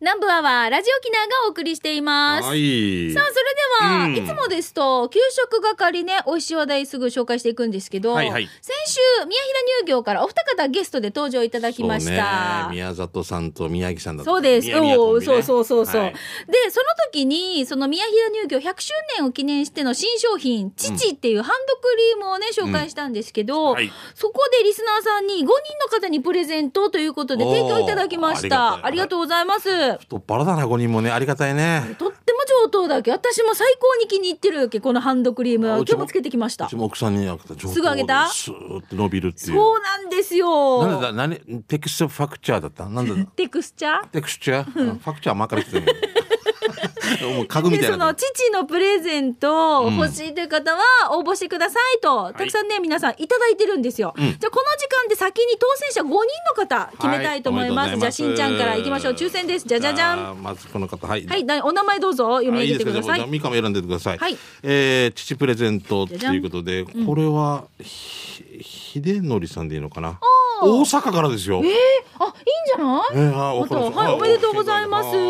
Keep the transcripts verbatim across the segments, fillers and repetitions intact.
南部アワーラジオキナがお送りしています。 はい。 さあ、それでは、うん、いつもですと給食係ね、美味しい話題すぐ紹介していくんですけど、はいはい、先週宮平乳業からお二方ゲストで登場いただきました。 そうね、宮里さんと宮城さんだった。 そうです。 宮宮コンビね、 そうそうそうそう、はい、でその時にその宮平乳業ひゃくしゅうねんを記念しての新商品父っていうハンドクリームをね紹介したんですけど、うんはい、そこでリスナーさんにごにんの方にプレゼントということで提供いただきました。 あ, ありがとうございます。 太っ腹だなごにんもね、ありがたいね。 とっても上等だけ、私も最高に気に入ってるわけ、このハンドクリーム。今日もつけてきました。 うちも奥さんにあげた。 すぐあげた。 スーッと伸びるっていう。 そうなんですよ。 なんだ何テクスチャーファクチャーだった。なんだテクスチャーテクスチャー、うん、ファクチャー巻かれてたよもう家具みたいな。 でその父のプレゼント欲しいという方は応募してくださいと、うん、たくさんね、はい、皆さんいただいてるんですよ、うん、じゃあこの時間で先に当選者ごにんの方決めたいと思います、はい、じゃあしんちゃんからいきましょう。抽選です。じゃじゃじゃん。 まずこの方、はい、 はい、お名前どうぞ読み上げてください。 いいミカも選んでください、はい。えー、父プレゼントということで、うん、これは秀則さんでいいのかな。大阪からですよ。えー、あ、いいんじゃない。えー、あ、また、はい、おめでとうございます。はい、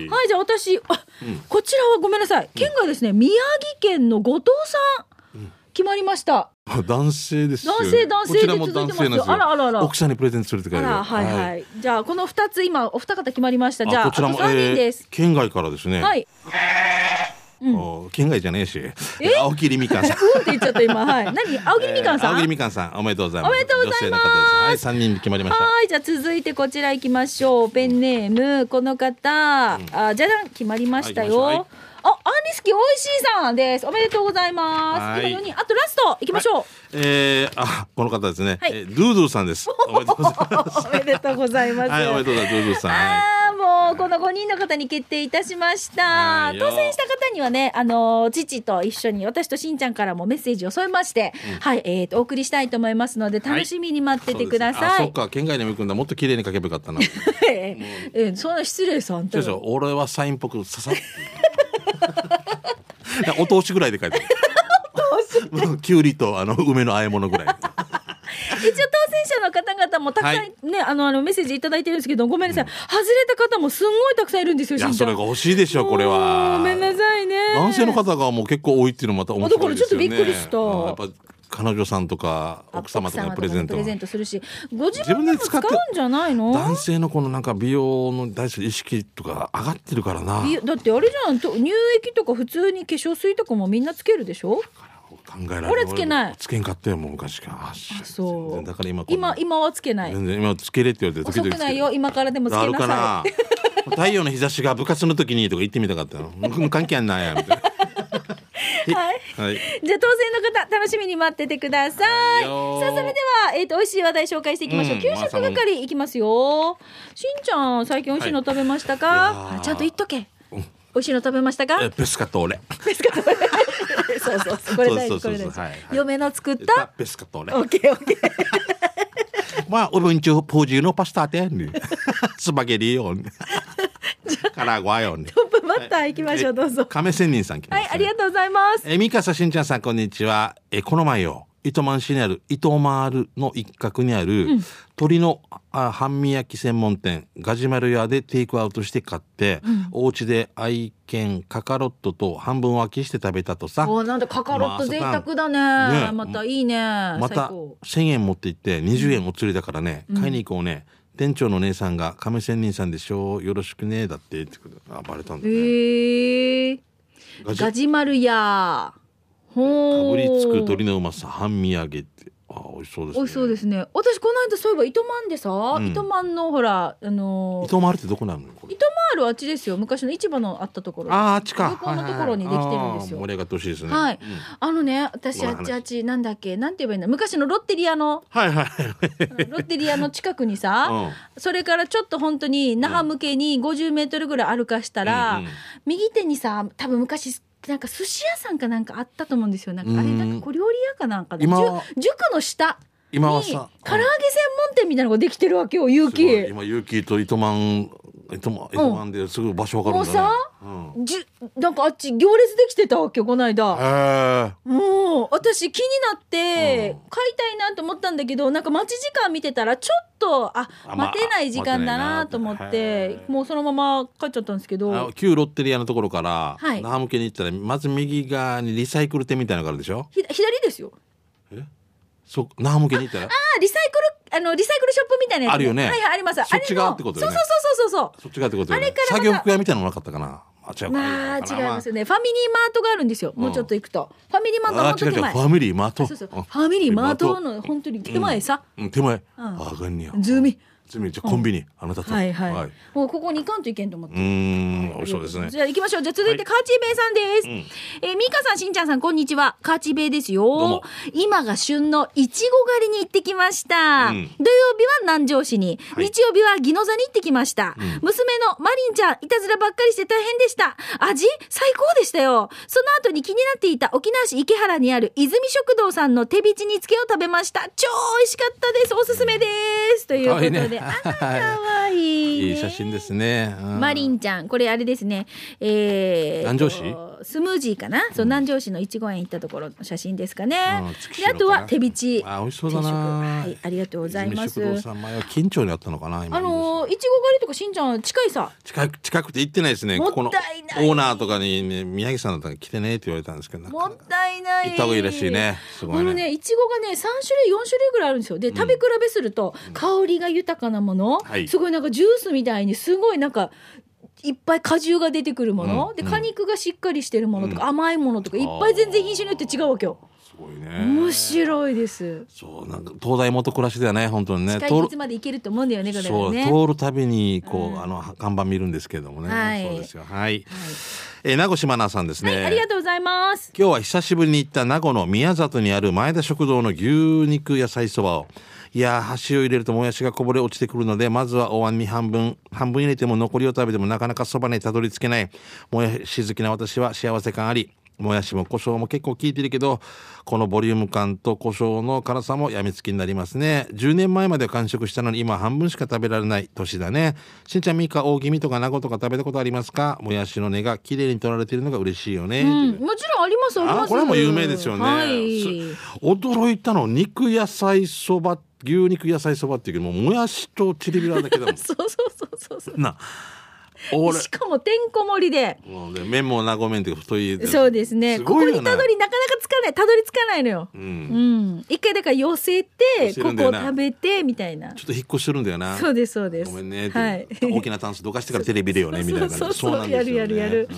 はい、じゃあ私、あ、うん、こちらはごめんなさい。県がですね、うん、宮城県の後藤さん、うん、決まりました。 男性ですよ、ね。 男性男性で続いてますよ。あらあらあら。 奥さんにプレゼントするって書いてある。 はいはい、はい。じゃあこの二つ今お二方決まりました。じゃああとさんにんです。 えー、県外からですね。はい。うん、県外じゃねえし、青桐みかんさんうんって言っちゃった今。はい。何青桐みかんさん、 えー、青桐みかんさんおめでとうございます。 おめでとうございます。 はい、さんにん決まりました。 はい、じゃあ続いてこちら行きましょう。ペンネームこの方、うん、あ、じゃじゃん決まりましたよ。はい、あ、アンリスキーおいしいさんです。おめでとうございます。今よにん、あとラスト行きましょう。はい、 えー、あ、この方ですね、はい、えー、ドゥードゥさんです。おめでとうございます。 おめでとうございます。 はい、おめでとうございます。ドゥードゥさん。 あー、もうこのごにんの方に決定いたしました。当選した方にはね、あの父と一緒に私としんちゃんからもメッセージを添えまして、うん、はい、えーとお送りしたいと思いますので楽しみに待っててください。はい、 あ、そっか、県外にも行くんだ。もっと綺麗に書けばよかったな。 えー、そんな失礼さん。 そうそう、俺はサインっぽくささお通しぐらいで書いてる。きゅうりとあの梅の和え物ぐらい。 一応当選者の方々もたくさん、はい、ね、あのあのメッセージいただいてるんですけど、ごめんなさい、うん、外れた方もすんごいたくさんいるんですよ。 いや、それが欲しいでしょこれは。 ごめんなさいね。 男性の方がもう結構多いっていうのもまた面白いですよね。 だからちょっとびっくりした。 やっぱ彼女さんとか奥様とかにプレゼントプレゼントするし、ご自分でも使うんじゃないの。 男性のこのなんか美容の対する意識とか上がってるからな。 だってあれじゃん、乳液とか普通に化粧水とかもみんなつけるでしょ。 考えられない。 俺つけない。 つけんかったよもう昔から。あ、 そうだから今今今はつけない。 全然今つけれって言われて遅くないよ、今からでもつけなさい。 太陽の日差しが部活の時にとか言ってみたかったの。関係ないやみたいな。 はいはい、じゃあ当選の方楽しみに待っててください。さあそれでは、えー、と美味しい話題紹介していきましょう、うん、給食係いきますよ。しんちゃん最近美味しいの食べましたか。はい、ちゃんと言っとけ、うん、美味しいの食べましたか。 ペスカトーレ。 ペスカトーレそうそうそう、これ大事、これ大事、はいはい、嫁の作ったペスカトーレ。 オッケーオッケー。 まあお盆中ポージーのパスタテンスパゲリオンカラゴアヨン。 トップバッター行きましょう、どうぞ。 亀仙人さん来ました、ね、 はい、ありがとうございます。 えミカサしんちゃんさんこんにちは。えこの前よ糸満市にある糸満ールの一角にある、うん、鶏のあ半身焼き専門店ガジマル屋でテイクアウトして買って、うん、お家で愛犬カカロットと半分分けして食べたとさ。 お、なんだカカロット贅沢だ ね, ねまたいいね。 またせんえん持って行ってにじゅうえんお釣りだからね、うん、買いに行こうね。店長の姉さんが亀仙人さんでしょうよろしくねだってってこと。あ、バレたんだね。 へえ。ガジマル屋。ほかぶりつく鶏のうまさ半身揚げって。あ、美味しそうですね。 美味しそうですね。私この間そういえば糸満でさ、うん、糸満のほらあのー、 糸満ってどこなの。糸満はあっちですよ。昔の市場のあったところ。 あ、あっちか。 向こうのところにできてるんですよ。 盛り上がってほしいですね。 はい。うん、あのね、私あっちあっちなんだっけ、なんて言えばいいんだ。昔のロッテリアの、 はいはい、 ロッテリアの近くにさ、うん、それからちょっと本当に那覇向けにごじゅうメートルぐらい歩かしたら、うんうん、右手にさ、多分昔なんか寿司屋さんかなんかあったと思うんですよ。なんかあれなんか小料理屋かなんかな。塾の下。 今はさ、 唐揚げ専門店みたいなのができてるわけよ、勇気。 今勇気と糸満えっともエフワンですぐ場所わかるんだね。 もうさ、うん、じゅなんかあっち行列できてたわけよこの間。 へえ。 もう私気になって買いたいなと思ったんだけど、なんか待ち時間見てたらちょっとあ待てない時間だなと思って、もうそのまま帰っちゃったんですけど、 旧ロッテリアのところから、 はい、 那覇向けに行ったらまず右側にリサイクル店みたいなのがあるでしょ。 ひ左ですよ。 えそ那覇向けに行ったら、ああリサイクルあのリサイクルショップみたいなやつ、ね、 あるよね。 はいはいあります。 そっち側ってことよね。 そうそうそうそうそうそっち側ってことよね。 あれから作業服屋みたいなのなかったかな。あ違うかまあ違いますよね。ファミリーマートがあるんですよ。もうちょっと行くと、うん、ファミリーマートの本当手前。 ファミリーマート。 そうそうファミリーマートの本当に手前さ。 うん、手前。 うん、 あがんにや。 ズーミ。 ズーミじゃコンビニ、うん、あなたと。 はいはい。はい、もうここに行かんといけんと思って。 うーん、はい、そうですね。 じゃあ行きましょう。じゃあ続いてカーチーベイさんです。はい、えー、ミカさんしんちゃんさんこんにちは。カーチーベイですよ。今が旬のいちご狩りに行ってきました。うん、土曜日は南城市に、はい、日曜日は宜野座に行ってきました。うん、娘のマリンちゃんいたずらばっかりして大変でした。味最高でしたよ。その後に気になっていた沖縄市池原にある泉食堂さんの手びち煮付けを食べました。超美味しかったです。おすすめです。ということで、ね、あかわいい、ね、 いい写真ですね。 マリンちゃんこれあれですね、えー、 南城市スムージーかな、うん、そう南城市のいちご園行ったところの写真ですかね。であとは手びち、 あ美味しそうだな、 はい、ありがとうございます。 泉食堂さん前は近町にあったのかな。今あのー、いちご狩りとかしんちゃん近いさ。 近く近くて行ってないですね。 もったいない。 ここのオーナーとかに、ね、宮城さんだったら来てねって言われたんですけど、 もったいない。 行った方がいいらしいね。すごいね。 あのねいちごがねさん種類よん種類ぐらいあるんですよ。で、うん、食べ比べすると香りが豊かなもの、はい、すごいなんかジュースみたいにすごいなんかいっぱい果汁が出てくるもの、うん、で果肉がしっかりしてるものとか、うん、甘いものとかいっぱい全然品種によって違うわけよ。 すごいね。 面白いです。 そうなんか東大元暮らしではね本当にね。 近いいつまで行けると思うんだよね。これはね。 そう通るたびにこう、うん、あの看板見るんですけどもね。はい、そうですよ。はい。はい、えー、名護島奈さんですね、はい。 ありがとうございます。 今日は久しぶりに行った名護の宮里にある前田食堂の牛肉野菜そばを。いや箸を入れるともやしがこぼれ落ちてくるので、まずはお椀に半分半分入れても残りを食べてもなかなかそばにたどり着けないもやし好きな私は幸せ感あり、もやしも胡椒も結構効いてるけどこのボリューム感と胡椒の辛さもやみつきになりますね。じゅうねんまえまでは完食したのに今半分しか食べられない年だね。しんちゃんみーか大気味とか名護とか食べたことありますか？もやしの根がきれいに取られているのが嬉しいよね、うん、 もちろんありますあります。 あこれも有名ですよね、 はい、 驚いたの肉野菜そば牛肉野菜そばっていうけどももやしとチリビラだけだもんそうそうそうそうそうなしかもてんこ盛りで、 もうね、麺も名護麺っていう太いそうですね。ここにたどりなかなかつかないたどり着かないのよ、うんうん、一回だから寄せてここを食べてみたいな。 ちょっと引っ越してるんだよな。 そうですそうです。 ごめんね、 はい、 大きなタンスどかしてからテレビでよねみたいな感じ。そうなんですよね。 やるやるやる、うん、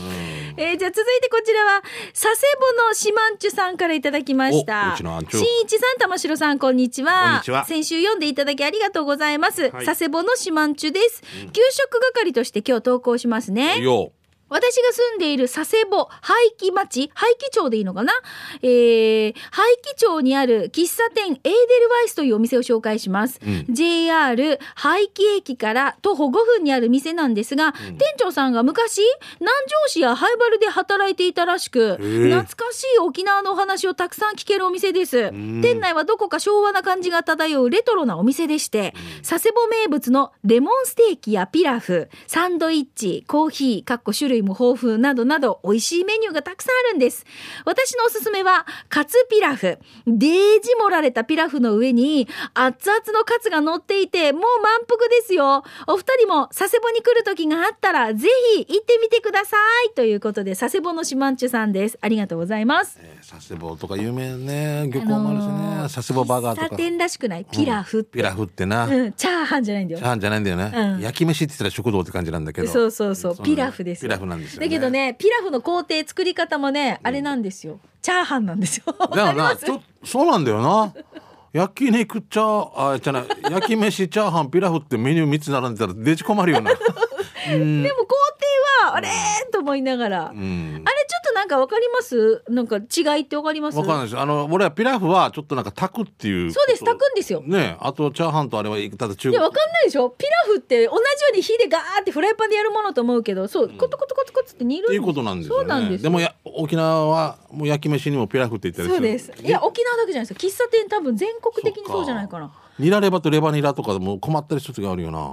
えー、じゃあ続いてこちらは佐世保のしまんちゅさんからいただきました。しんいちさん玉城さんこんにちは。 こんにちは。 先週読んでいただきありがとうございます、はい、佐世保のしまんちゅです、うん、給食係として今日投稿しますね。 よ私が住んでいる佐世保廃棄町廃棄町でいいのかな、えー、廃棄町にある喫茶店エーデルワイスというお店を紹介します、うん、ジェイアール 廃棄駅から徒歩ごふんにある店なんですが、うん、店長さんが昔南城市や灰原で働いていたらしく、懐かしい沖縄のお話をたくさん聞けるお店です、うん、店内はどこか昭和な感じが漂うレトロなお店でして、うん、佐世保名物のレモンステーキやピラフサンドイッチコーヒーかっこ種類も豊富などなど美味しいメニューがたくさんあるんです。私のおすすめはカツピラフ。デージ盛られたピラフの上に熱々のカツが乗っていてもう満腹ですよ。お二人も佐世保に来る時があったらぜひ行ってみてくださいということで佐世保のしまんちゅさんです。ありがとうございます、 えー、佐世保とか有名ね漁港もあるしね、あのー、佐世保バーガーとか喫茶店らしくないピラフって、 うん、ピラフってな、 うん、チャーハンじゃないんだよ。 チャーハンじゃないんだよね、うん、焼き飯って言ったら食堂って感じなんだけどそうそうそうピラフですよ。 ピラフなんですよね。 だけどねピラフの工程作り方もね、うん、あれなんですよチャーハンなんですよだよなちょそうなんだよな焼肉チャーあじゃない焼き飯チャーハンピラフってメニューみっつ並んでたらデジ困るよな、 うん、でも工程はあれーと思いながら、うん、あれちょっとなんかわかります？なんか違いってわかります？ わかんないです。あの俺はピラフはちょっとなんか炊くっていう。 そうです炊くんですよね。あとチャーハンとあれはただ中国。 いやわかんないでしょ。ピラフって同じように火でガーってフライパンでやるものと思うけど、そうコトコトコトコトって煮る。 っていうことなんですよね。 そうなんです。 でもや沖縄はもう焼き飯にもピラフって言ったりそうです。いや沖縄だけじゃないですよ。喫茶店多分全国的にそうじゃないかな。 ニラレバとレバニラとかでも困ったり一つがあるよな。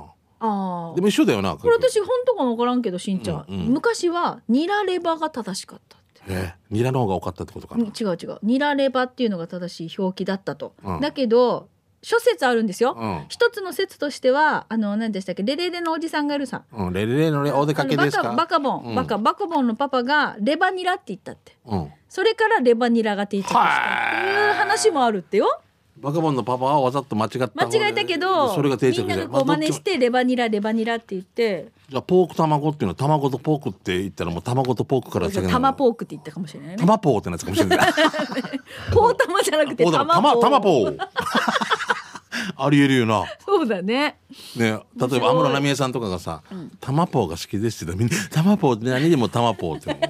あでも一緒だよな。 これ私本当かも分からんけどしんちゃん、うんうん、昔はニラレバが正しかったって。 えー、ニラの方が多かったってことかな。 違う違う、ニラレバっていうのが正しい表記だったと、うん、だけど諸説あるんですよ、うん、一つの説としてはあの何でしたっけ、レレレのおじさんがいるさ、 うん、レレレのお出かけですか。 バカボン、うん、バカバカボンのパパがレバニラって言ったって、うん、それからレバニラが定着したっていう話もあるってよ。 バカボンのパパはわざと間違った間違えたけど、 それが定着でみんながこう真似してレバニラレバニラって言って、 じゃあポーク卵っていうのは卵とポークって言ったらもう卵とポークからタマポークって言ったかもしれないね。 タマポーってなつかもしれないポータマじゃなくてタマポー、 タマポーありえるよな。 そうだね。 ね、例えば安室奈美恵さんとかがさ、うん、タマポーが好きですって言ったらみんなタマポーって何でもタマポーって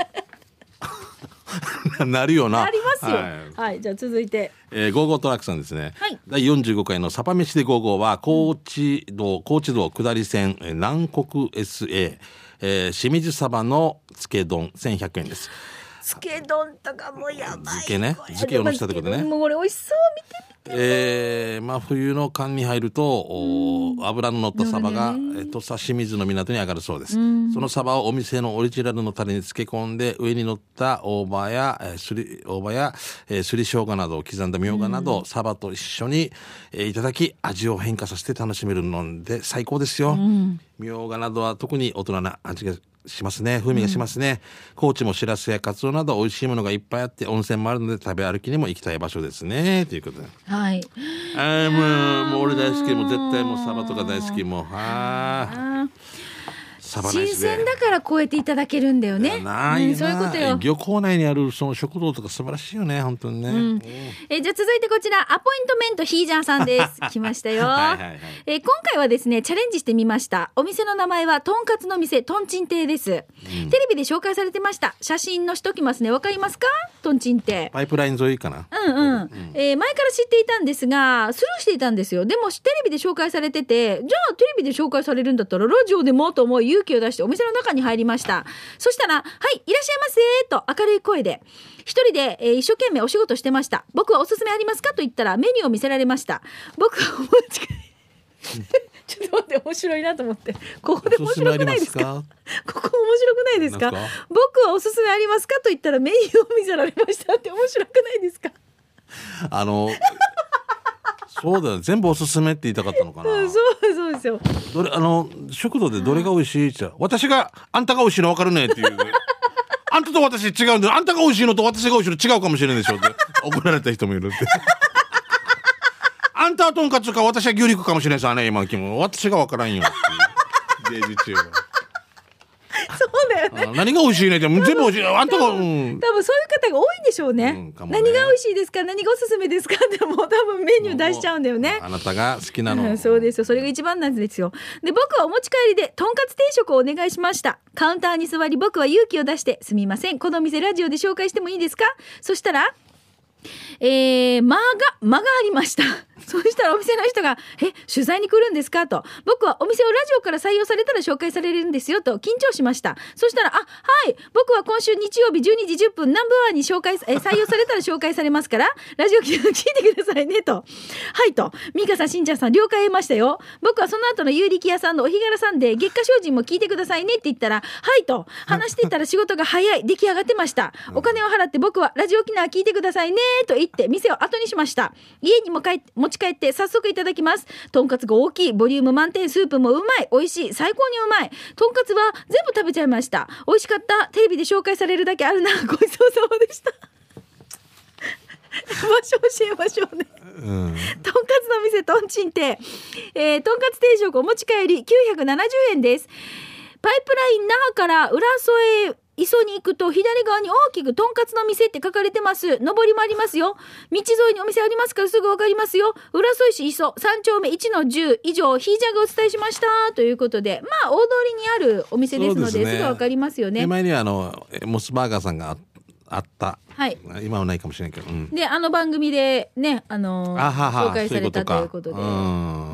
なるよな。 なりますよ。はい、はい、じゃあ続いて、 えー、ゴーゴートラックさんですね。 はい、 だいよんじゅうごかいのサパ飯でゴーゴーは高知道高知道下り線南国 エスエー、えー、清水サバのつけ丼せんひゃくえんです。 つけ丼とかもやばい。 漬けね、漬けをのしたってことね。 もうこれ美味しそう、見てみて。 えー、まあ冬の間に入ると、うん、油の乗ったサバが、ね、土佐清水の港に上がるそうです、うん、そのサバをお店のオリジナルのタレに漬け込んで、上に乗った大葉や、えー、すり大葉や、えー、すり生姜などを刻んだみょうがなど、うん、サバと一緒に、えー、いただき味を変化させて楽しめるので最高ですよ。みょうがなどは特に大人な味がしますね。風味がしますね、うん、高知もしらすやカツオなど美味しいものがいっぱいあって温泉もあるので食べ歩きにも行きたい場所ですねということで、 はい、 あもう、もう俺大好き、もう絶対もうサバとか大好き、もうあサバ新鮮だからこうやっていただけるんだよね。 な、うん、 そういうことよ。 漁港内にあるその食堂とか素晴らしいよね、本当にね、うん、 えじゃあ続いてこちらアポイントメントヒージャーさんです来ましたよはいはい、はい、え今回はですねチャレンジしてみました。お店の名前はとんかつの店とんちん亭です、うん、テレビで紹介されてました。写真のしときますね。わかりますか、とんちん亭。 パイプライン沿いかな。 うんうん、うん、えー、前から知っていたんですがスルーしていたんですよ。でもテレビで紹介されてて、じゃあテレビで紹介されるんだったらラジオでもと思い勇気を出してお店の中に入りました。そしたら、はいいらっしゃいませと明るい声で一人で、えー、一生懸命お仕事してました。僕はおすすめありますかと言ったらメニューを見せられました。僕はお持ち帰りちょっと待って、面白いなと思って、ここで面白くないですかここ面白くないですか。僕はおすすめありますかと言ったらメニューを見せられましたって面白くないですか。 あのそうだよ、全部おすすめって言いたかったのかな、 うん、そうそうですよ。 どれあの食堂でどれが美味しいって言ったら、私があんたが美味しいの分かるねっていうあんたと私違うんで、あんたが美味しいのと私が美味しいの違うかもしれないでしょって怒られた人もいるってあんたはとんかつか私は牛肉かもしれないですね、今も私が分からんよっていうデイジ中はそうだよね。何が美味しいねって全部美味しいあんたが、うん、多分そういう方が多いんでしょう ね,、うん、ね。何が美味しいですか、何がおすすめですかってもう多分メニュー出しちゃうんだよね。 あなたが好きなの、 うん、そうですよ、それが一番なんですよ。で僕はお持ち帰りでとんかつ定食をお願いしました。カウンターに座り僕は勇気を出して、すみませんこの店ラジオで紹介してもいいですか。そしたらえー、間が間がありましたそうしたらお店の人がえ取材に来るんですかと、僕はお店をラジオから採用されたら紹介されるんですよと緊張しました。そしたらあはい僕は今週日曜日じゅうにじじゅっぷんナンバーワンに紹介え採用されたら紹介されますからラジオ聞いてくださいねと。はいと、ミカさんしんちゃんさん了解得ましたよ。僕はその後の有力屋さんのお日柄さんで月下精進も聞いてくださいねって言ったらはいと話していたら仕事が早い出来上がってましたお金を払って僕はラジオ沖縄聞いてくださいねと言って店を後にしました。家にも帰持ち帰って早速いただきます。とんかつが大きい、ボリューム満点、スープもうまい、美味しい、最高にうまい。とんかつは全部食べちゃいました。美味しかった。テレビで紹介されるだけあるな。ごちそうさまでした場所教えましょうね、うん、とんかつの店とんちん亭、えー、とんかつ定食お持ち帰りきゅうひゃくななじゅうえんです。パイプライン那覇から浦添磯に行くと左側に大きくとんかつの店って書かれてます。上りもありますよ。道沿いにお店ありますからすぐわかりますよ。浦添市磯さん丁目いちのじゅう以上ヒージャーがお伝えしましたということで、まあ大通りにあるお店ですの で, ですぐわかりますよね。 手前にはあのモスバーガーさんが あ, あった、 はい、 今はないかもしれないけど、うん、 であの番組でねあのー、あはは紹介されたということで、うん、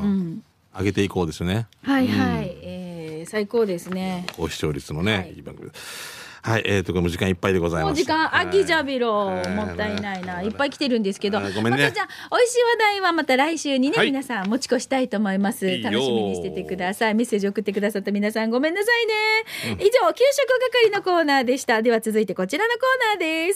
うん、上げていこうですね。 はいはい、うん、えー、最高ですね。 ご視聴率のね、 はい、 いい番組です。 はい、えーと、もう時間いっぱいでございます。 もう時間飽きじゃびろ、はい、もったいないな、いっぱい来てるんですけど、 ごめんね。 またじゃあ美味しい話題はまた来週にね、 はい、 皆さん持ち越したいと思います。楽しみにしててください。メッセージ送ってくださった皆さんごめんなさいね、うん、以上給食係のコーナーでした。では続いてこちらのコーナーです。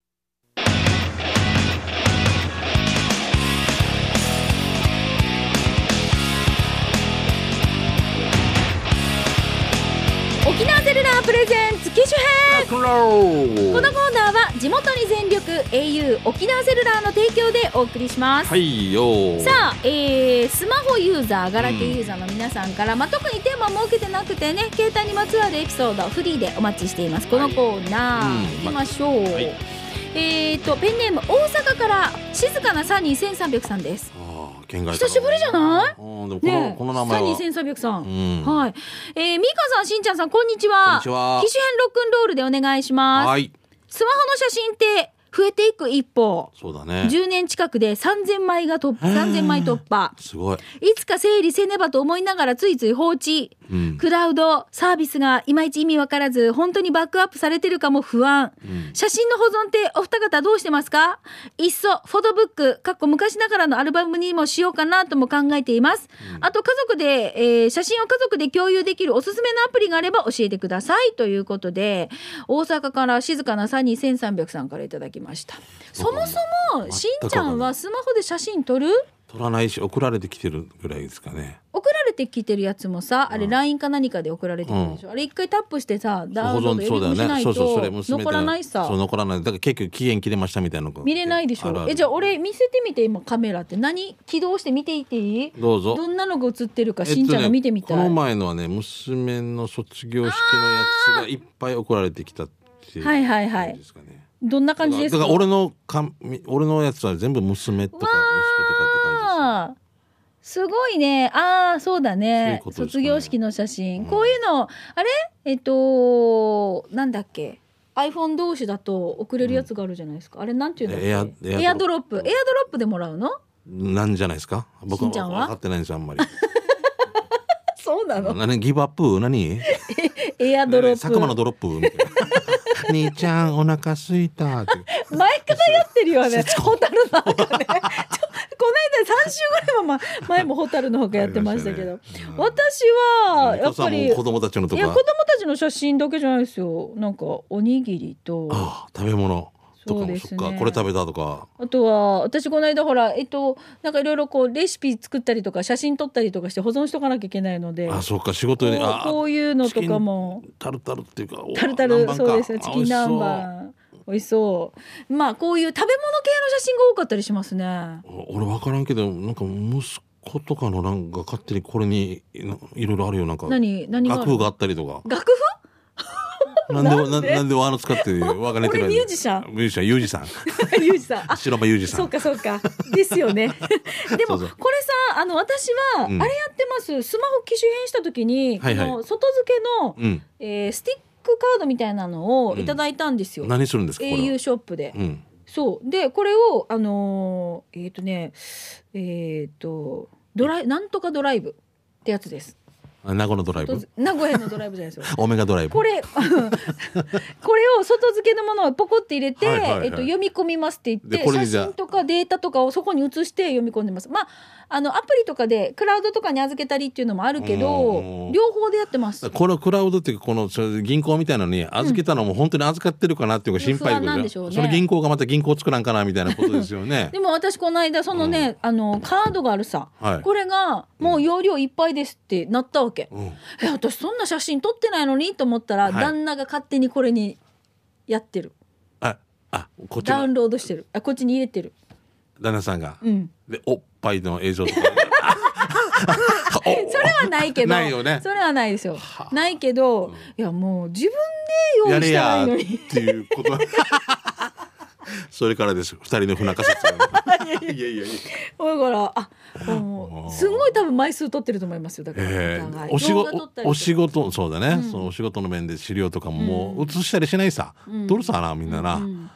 沖縄セルラープレゼンツ機種編。このコーナーは地元に全力 エーユー 沖縄セルラーの提供でお送りします。 はいよ。 さあ、えー、スマホユーザーガラケーユーザーの皆さんから、うん、まあ、特にテーマ設けてなくてね、携帯にまつわるエピソードフリーでお待ちしています。このコーナー、はい、行きましょう、はい、えーとペンネーム大阪から静かなサニーせんさんびゃくさんです。久しぶりじゃない？ でもこの、ね、この名前はサニーせんさんびゃくさん、うん、はい、えー、ミカさん、しんちゃんさん、こんにちは。こんにちは。機種編ロックンロールでお願いします。はい。スマホの写真って増えていく一方。 そうだね。 じゅうねん近くでさんぜんまいが突破、さんぜんまい突破。 すごい。 いつか整理せねばと思いながらついつい放置。うん、クラウドサービスがいまいち意味わからず、本当にバックアップされてるかも不安。うん、写真の保存ってお二方どうしてますか？いっそフォトブック、かっこ昔ながらのアルバムにもしようかなとも考えています。うん、あと家族で、えー、写真を家族で共有できるおすすめのアプリがあれば教えてくださいということで、大阪から静かなサニーせんさんびゃくさんからいただきました。そもそもしんちゃんはスマホで写真撮る？ 撮らないし、送られてきてるぐらいですかね。 送られてきてるやつもさ、あれ ライン か何かで送られてくるでしょ、うん、あれ一回タップしてさ、ダウンロード入れしないと残らないさ。 そう、残らない。だから結局期限切れましたみたいなの見れないでしょ。あるある。え、じゃあ俺見せてみて、今カメラって何起動して見ていていい？どうぞ。どんなのが映ってるか、しんちゃんが見てみたい、 えっとね、この前のはね、娘の卒業式のやつがいっぱい送られてきたっていう、 はいはいはい。どんな感じですか？ だから俺のか俺のやつは全部娘とか息子とかって感じです。 すごいね。ああ、そうだね。ううね、卒業式の写真、うん、こういうのあれえっとなんだっけ、 iPhone 同士だと送れるやつがあるじゃないですか、うん、あれなんていうんだっけ、エア、エアドロップエアドロップでもらうのなんじゃないですか。僕は分かってないんですよ、あんまり。 そうなの？ 何ギブアップ何エアドロップ、 佐久間のドロップみたいな。兄ちゃんお腹すいたって前からやってるよね。ホタルの墓ね。ちょこの間さん週ぐらい前もホタルの墓やってましたけど、したね、うん、私はやっぱり子供たちのとか、 いや子供たちの写真だけじゃないですよ。なんかおにぎりと、 ああ、食べ物とかも、 そうですね、 そっか、これ食べたとか、 あとは私この間ほらえっとなんかいろいろこうレシピ作ったりとか写真撮ったりとかして保存しとかなきゃいけないので、 あ、そうか、仕事に、 あ、こういうのとかもタルタルっていうか、 タルタル、そうですよ、チキン南蛮、美味しそう。まあこういう食べ物系の写真が多かったりしますね。 俺分からんけど、なんか息子とかのなんか勝手にこれにいろいろあるよ。なんか何何が楽譜があったりとか。 楽譜なんでなんでなんであの使って分かれてる。 これミュージシャン。 ミュージシャン、ユージさん。 ユージさん。 白間ユージさん。 そうかそうか。ですよね。でもこれさ、あの私はあれやってます。うん、スマホ機種変した時に、はいはい、この外付けの、うん、えー、スティックカードみたいなのをいただいたんですよ。うん、 何するんですか？ エーユー ショップで。 うん、 そうでこれをあのー、えっ、ー、とねえっ、ー、とドライなんとかドライブってやつです。 名古屋のドライブ、 名古屋のドライブじゃないですよ。 オメガドライブ。 これこれを外付けのものをポコって入れて、はいはいはい、えっと、読み込みますって言って写真とかデータとかをそこに移して読み込んでます。まああのアプリとかでクラウドとかに預けたりっていうのもあるけど、両方でやってます。 このクラウドっていうかこの銀行みたいなのに預けたのも本当に預かってるかなっていうのが心配なんでしょうね。それ銀行がまた銀行作らんかなみたいなことですよね。 でも私この間そのね、うん、あのカードがあるさ、はい、これがもう容量いっぱいですってなったわけ、うん、え私そんな写真撮ってないのにと思ったら、はい、旦那が勝手にこれにやってる。 ああこっちダウンロードしてる。あこっちに入れてる旦那さんが、 うん、 でおっぱいの映像とかそれはないけどないよね。 それはないですよ。ないけど、うん、いやもう自分で用意したらいいのにっていうことそれからですふたりの不仲説が、ね、いやいやいやだからあもうすごい多分枚数取ってると思いますよ。だから、えー、お仕事お仕事そうだね、うん、そのお仕事の面で資料とかももう写したりしないさ、うん、撮るさなみんなな、うんうん、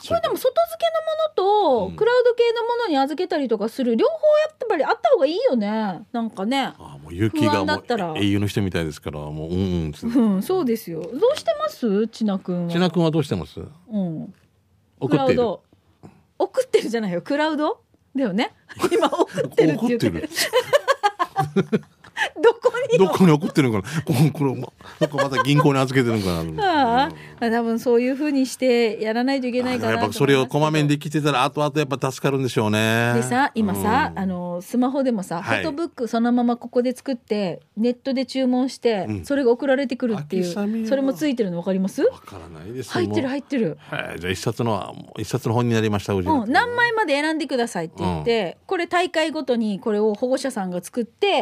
これでも外付けのものとクラウド系のものに預けたりとかする、両方やっぱりあった方がいいよね。なんかね、 あもう勇気がもう英雄の人みたいですから、もううんうん、 うん、そうですよ。どうしてますちなくんは。 ちなくんはどうしてます？うん、送ってる。 送ってるじゃないよ、クラウドだよね。今送ってるって言ってる。どこにどこに送ってるのかな。これこれなんかまた銀行に預けてるのかな。 ああ、多分そういう風にしてやらないといけないかな。 やっぱそれをこまめにできてたら後々やっぱ助かるんでしょうね。 でさ、今さ、うん、あのスマホでもさ、はい、フォトブックそのままここで作ってネットで注文して、うん、それが送られてくるっていう、それもついてるの分かります？ 分からないです。 入ってる入ってる。 はい、じゃあ一冊の一冊の本になりました。うん、何枚まで選んでくださいって言って、うん、これ大会ごとにこれを保護者さんが作って、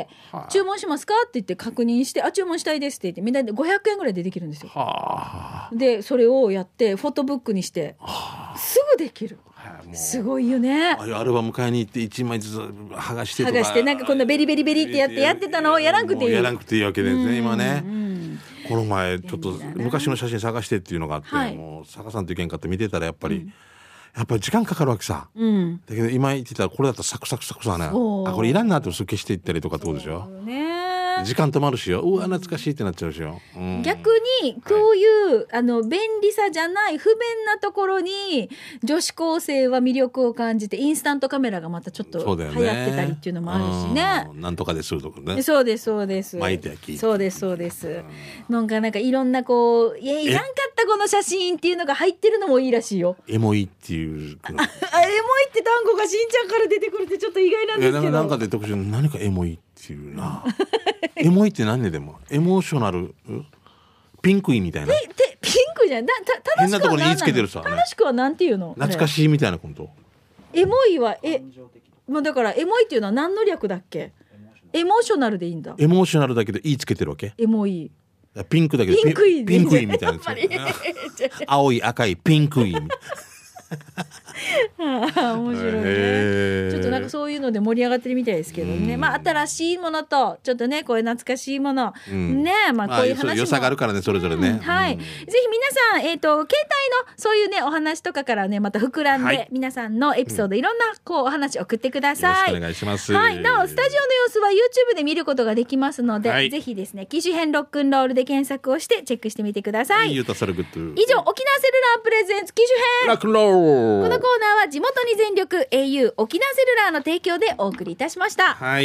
はあ、注文しますかって言って確認して、あ、注文したいですって言ってみんなでごひゃくえんぐらいでできるんですよ。はあ、でそれをやってフォトブックにして、はあ、すぐできる。すごいよね。 ああいうアルバム買いに行っていちまいずつ剥がしてとか剥がして、なんかこんなベリベリベリってやってやってたのをやらんくていい、 やらんくていいわけですね今ね。この前ちょっと昔の写真探してっていうのがあって、はい、もう坂さんといけんかって見てたらやっぱり、うん、やっぱり時間かかるわけさ、うん、だけど今言ってたらこれだったらサクサクサクさね、あこれいらんなって消していったりとかってことでしょ。時間止まるしよ、うわ懐かしいってなっちゃうしよ、うん、 逆にこういう、はい、あの便利さじゃない不便なところに女子高生は魅力を感じて、インスタントカメラがまたちょっと流行ってたりっていうのもあるしね。 うん、なんとかでするとかね。 そうですそうです。 巻いて焼き。 そうですそうです。うん、なんかなんかいろんなこう、いやいらんかったこの写真っていうのが入ってるのもいいらしいよ。 エモいっていうあ。あエモいって単語がしんちゃんから出てくるってちょっと意外なんですけど。 なんかで特徴何かエモいっていうな。エモいって何でもエモーショナルピンクイみたいな。 えてピンクじゃん。だた変なところに言いつけてるさ。 正しくはなんていうの？ 懐かしいみたいなこと。 エモいはえ、まあだからエモいっていうのは何の略だっけ？エモーショナルでいいんだ。 エモーショナルだけど言いつけてるわけ？ エモい。 ピンクだけどピンクイピンクイみたいな。青い赤いピンクイ。面白いね。ちょっとなんかそういうので盛り上がってるみたいですけどね。まあ新しいものとちょっとねこういう懐かしいもの、うん、ねまあこういう話も、まあ、 良さがあるからねそれぞれね。うん、 はい、うん、ぜひ皆さんえっ、ー、と携帯のそういうねお話とかからねまた膨らんで、はい、皆さんのエピソード、うん、いろんなこうお話送ってください。 よろしくお願いします。 はい。なおスタジオの様子は YouTube で見ることができますので、はい、ぜひですね機種編ロックンロールで検索をしてチェックしてみてください。 はい、以上沖縄セルラープレゼンツ機種編ロックンロール。 このコーナーは地元に全力 エーユー 沖縄セルラーの提供でお送りいたしました。 はい。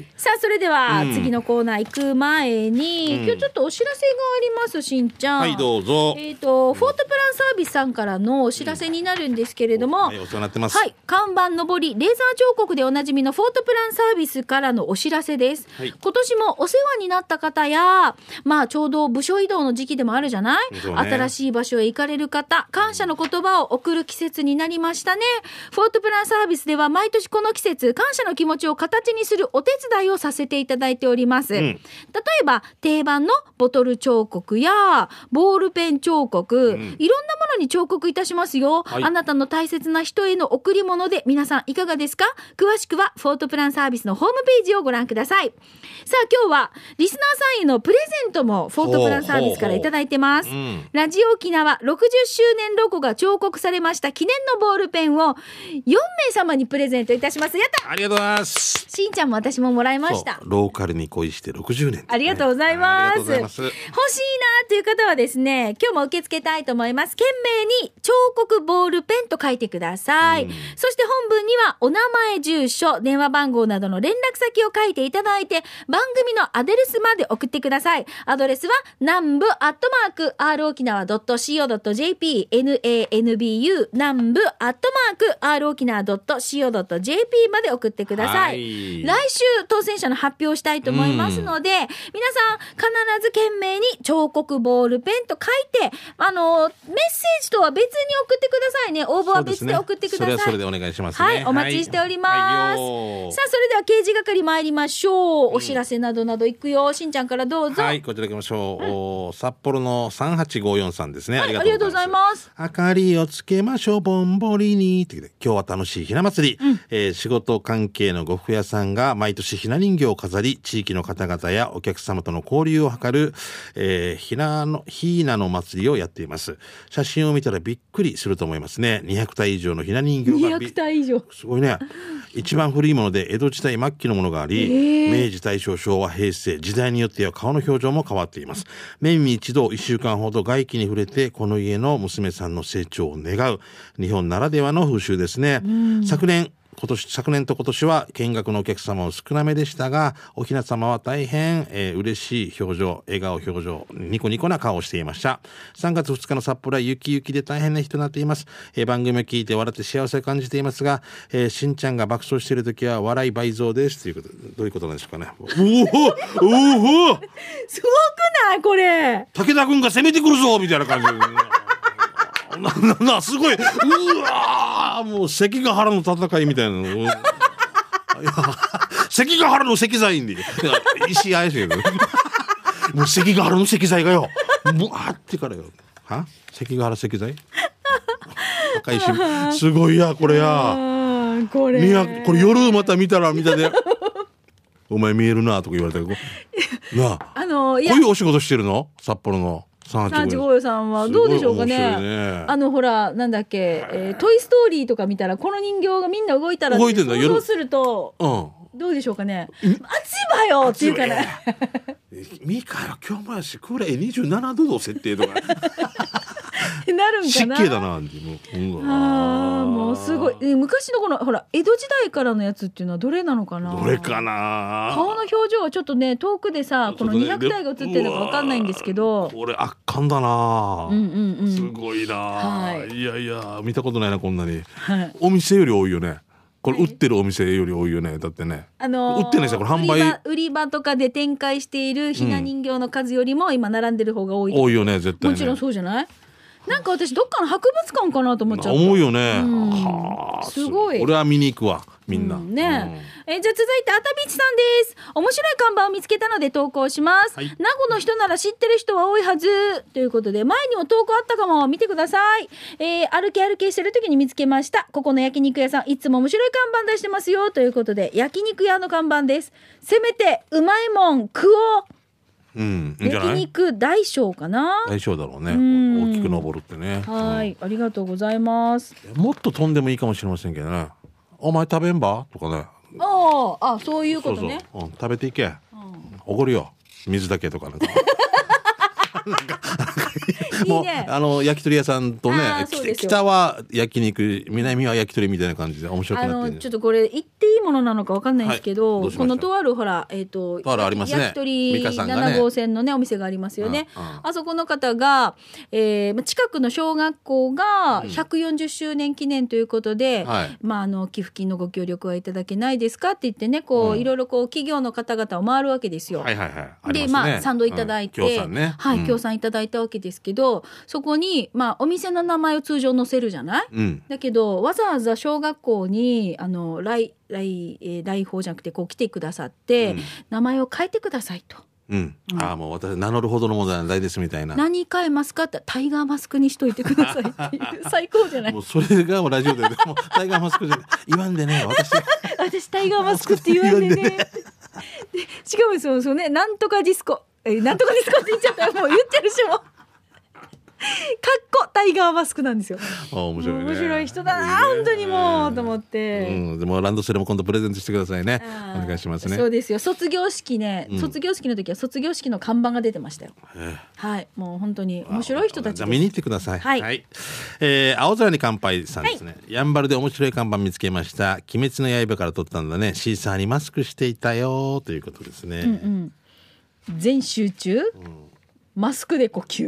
さあそれでは、うん、次のコーナー行く前に、うん、今日ちょっとお知らせがあります。しんちゃん。 はいどうぞ。 えっ、ー、とフォートプランサービスさんからのお知らせになるんですけれども、うん、 はいお世話になってます。 はい、看板上りレーザー彫刻でおなじみのフォートプランサービスからのお知らせです。はい、今年もお世話になった方や、まあちょうど部署移動の時期でもあるじゃない。ね、新しい場所へ行かれる方、感謝の言葉を送る季節になりましたね。フォートプランサービスでは毎年この季節感謝の気持ちを形にするお手伝いをさせていただいております、うん、例えば定番のボトル彫刻やボールペン彫刻、うん、いろんなものに彫刻いたしますよ、はい、あなたの大切な人への贈り物で皆さんいかがですか。詳しくはフォートプランサービスのホームページをご覧ください。さあ今日はリスナーさんへのプレゼントもフォートプランサービスからいただいてます。うん、ラジオ沖縄ろくじゅっしゅうねんロゴが彫刻されました記念のボールペンをよんめい様にプレゼントいたします。やった。 ありがとうございます。 しんちゃんも私ももらいました。 ローカルに恋してろくじゅうねん、ね、 ありがとうございます。欲しいなという方はですね今日も受け付けたいと思います。懸命に彫刻ボールペンと書いてください、うん、そして本文にはお名前住所電話番号などの連絡先を書いていただいて番組のアドレスまで送ってください。アドレスは南部アットマーク アール 沖縄 ドット シーオー ドット ジェーピー ナンブ南部アットマーク アール 沖縄 ドット シーオー ドット ジェーピー まで送ってください、はい、来週当選者の発表したいと思いますので、うん、皆さん必ず懸命に彫刻ボールペンと書いてあのメッセージとは別に送ってくださいね。応募は別で送ってください。 そ, ね、それはそれでお願いしますね。 はい、お待ちしております、はいはい、さあそれでは刑事係参りましょう、うん、お知らせなどなどいくよ。しんちゃんからどうぞ。 はいこちら行きましょう、うん、札幌のさんはちごよんさんですね、 はい、ありがとうございます。 明かりをつけまましょうぼんぼりにって今日は楽しいひな祭り、うんえー、仕事関係の呉服屋さんが毎年ひな人形を飾り地域の方々やお客様との交流を図る、えー、ひなのひなの祭りをやっています。写真を見たらびっくりすると思いますね。にひゃくたい以上のひな人形がにひゃくたい以上すごいね。一番古いもので江戸時代末期のものがあり、えー、明治大正昭和平成時代によっては顔の表情も変わっています。年に一度いっしゅうかんほど外気に触れてこの家の娘さんの成長を願う日本ならではの風習ですね。昨年今年昨年と今年は見学のお客様は少なめでしたがおひな様は大変、えー、嬉しい表情笑顔表情ニコニコな顔をしていました。さんがつふつかの札幌は雪雪で大変な日となっています、えー、番組を聞いて笑って幸せを感じていますが、えー、しんちゃんが爆笑している時は笑い倍増ですということどういうことなんでしょうかね。おおおおすごくないこれ武田君が攻めてくるぞみたいな感じでな, な, なすごいうわーもう関ヶ原の戦いみたいなのいや関ヶ原の石材で石怪しいけどもう関ヶ原の石材がよもうあってからよは関ヶ原石材赤いしすごいやこれやこれいやこれ夜また見たら見たでお前見えるなとか言われたけどなあ、あのー、こういうお仕事してるの札幌のさんはちごさんはどうでしょうか ね, ねあのほらなんだっけ、えー、トイストーリーとか見たらこの人形がみんな動いたら動いてんだ想像すると、うん、どうでしょうかねあちばよっていうかねミカよ今日もやしクーラーにじゅうななどの設定とかなるんかな湿気だな、うん、 あもうすごい昔のこのほら江戸時代からのやつっていうのはどれなのかなどれかな顔の表情はちょっとね遠くでさこのにひゃくたいが映ってるのか分かんないんですけどこれ圧巻だな、 うんうんうん、 すごいな、はい、いやいや見たことないなこんなに、 はい、 お店より多いよねこれ売ってるお店より多いよねだってね、 あのー、 売ってないですよこれ販売売り場、売り場とかで展開しているひな人形の数よりも今並んでる方が多い、 うん、多いよね絶対ねもちろんそうじゃないなんか私どっかの博物館かなと思っちゃった思うよね、 うん、はすごい俺は見に行くわみんな、 うんねうん、えじゃあ続いてあたびちさんです。面白い看板を見つけたので投稿します、はい、名護の人なら知ってる人は多いはずということで前にも投稿あったかも見てください、えー、歩き歩きしてる時に見つけました。ここの焼肉屋さんいつも面白い看板出してますよということで焼肉屋の看板です。せめてうまいもん食おううん、いいんじゃない？ 焼肉大小かな大小だろうね大きく登るってねはい、 うん、 ありがとうございます。 もっと飛んでもいいかもしれませんけどねお前食べんばとかねああそういうことねそうそう、うん、食べていけおご、うん、るよ水だけとかなんかなんかもういい、ね、あの焼き鳥屋さんとね北は焼肉南は焼き鳥みたいな感じで面白くなってる、ね、 あのちょっとこれ言っていいものなのか分かんないんですけど、はい、このとあるほら、えーととあるありますね、 焼き鳥ななごうせんのねお店がありますよね、うんうん、あそこの方が、えー、近くの小学校がひゃくよんじゅっしゅうねん記念ということで、うんはいまあ、あの寄付金のご協力はいただけないですかって言ってねこう、うん、いろいろこう企業の方々を回るわけですよ、 はいはいはいありますね、 でまあ賛同いただいて、 うん、協賛ね、 はい、協賛いただいたわけですけどそこに、まあ、お店の名前を通常載せるじゃない、うん、だけどわざわざ小学校にあの来来、えー、来訪じゃなくてこう来てくださって、うん、名前を変えてくださいと、 うんうん、ああもう私名乗るほどの問題はないですみたいな何変えますかってタイガーマスクにしといてくださいっていう最高じゃないもうそれがラジオでもタイガーマスクじゃない言わんでね私私タイガーマスクって言わんでねでしかもそうそうねなんとかディスコえなんとかディスコって言っちゃったらもう言ってるしもかっこタイガーマスクなんですよ。 あ面白いね。 面白い人だな、ね、本当にもうと思って、 うん、でもランドセルも今度プレゼントしてくださいね。お願いしますね。 そうですよ卒業式ね、うん、卒業式の時は卒業式の看板が出てましたよ。はいもう本当に面白い人たちです。 じゃあ見に行ってください。 はい、はいえー、青空に乾杯さんですね、はい、やんばるで面白い看板見つけました。鬼滅の刃から撮ったんだね。シーサーにマスクしていたよということですね。 うんうん、全集中、うんマスクで呼吸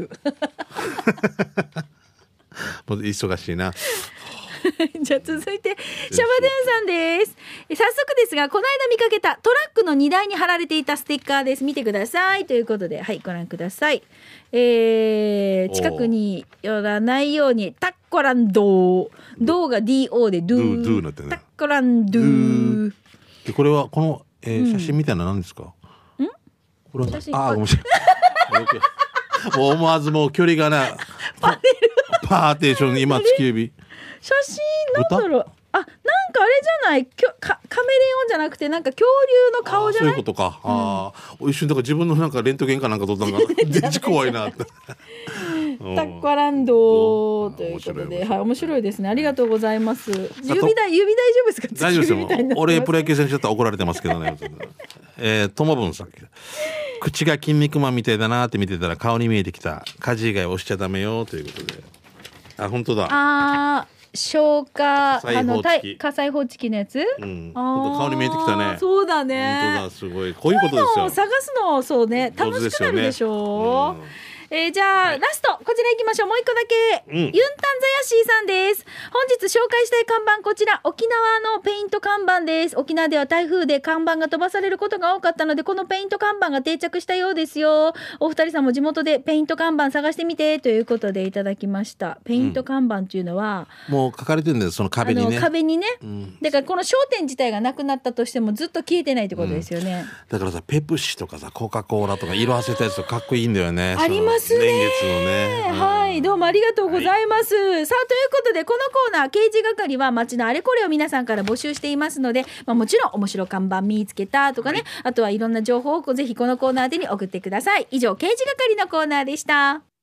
もう忙しいなじゃあ続いてシャバドゥンさんです。早速ですがこの間見かけたトラックの荷台に貼られていたステッカーです。見てくださいということではいご覧ください、えー、近くに寄らないようにタッコランドードーが ディーオー でドゥー、 ドゥーなってね、 タッコランドゥー。 これはこの、えー、写真みたいなの何ですか、 うん、 これはあごめんなさいもう思わずもう距離がなパーテーションに今突き指写真なんだろう、あ、なんかあれじゃない、きょカカメレオンじゃなくてなんか恐竜の顔じゃない。 そういうことか、うん、ああ、一瞬だから自分のなんかレントゲンかなんか撮ったのがデジ怖いなってタッカランドということで、はい、面白いですね。ありがとうございます。指大指大丈夫ですか？ 大丈夫ですよ。俺プロ野球選手だったら怒られてますけどね。えー、ともぶんさん、口が筋肉マンみたいだなって見てたら顔に見えてきた。家事以外押しちゃダメよということで。あ、本当だ。 あー、消火、 火災報知器、 火災報知器のやつ、 うん、本当顔に見えてきたね。 そうだね。 本当だ、すごい。こういうことですよ。 探すのそうね、楽しくなるでしょう。えー、じゃあ、はい、ラストこちら行きましょう。もう一個だけ、うん、ユンタンザヤシーさんです。本日紹介したい看板、こちら沖縄のペイント看板です。沖縄では台風で看板が飛ばされることが多かったので、このペイント看板が定着したようですよ。お二人さんも地元でペイント看板探してみてということでいただきました。ペイント看板っていうのは、 うん、もう書かれてるんです、その壁にね。 壁にね、うん、だからこの商店自体がなくなったとしてもずっと消えてないってことですよね、 うん、だからさ、ペプシとかさ、コカ・コーラとか色あせたやつとかっこいいんだよね。 ありますね。 年月のね、うん、 はい、どうもありがとうございます、はい、さあということでこのコーナー刑事係は街のあれこれを皆さんから募集していますので、まあ、もちろん面白看板見つけたとかね、はい、あとはいろんな情報をぜひこのコーナーでに送ってください。以上刑事係のコーナーでした。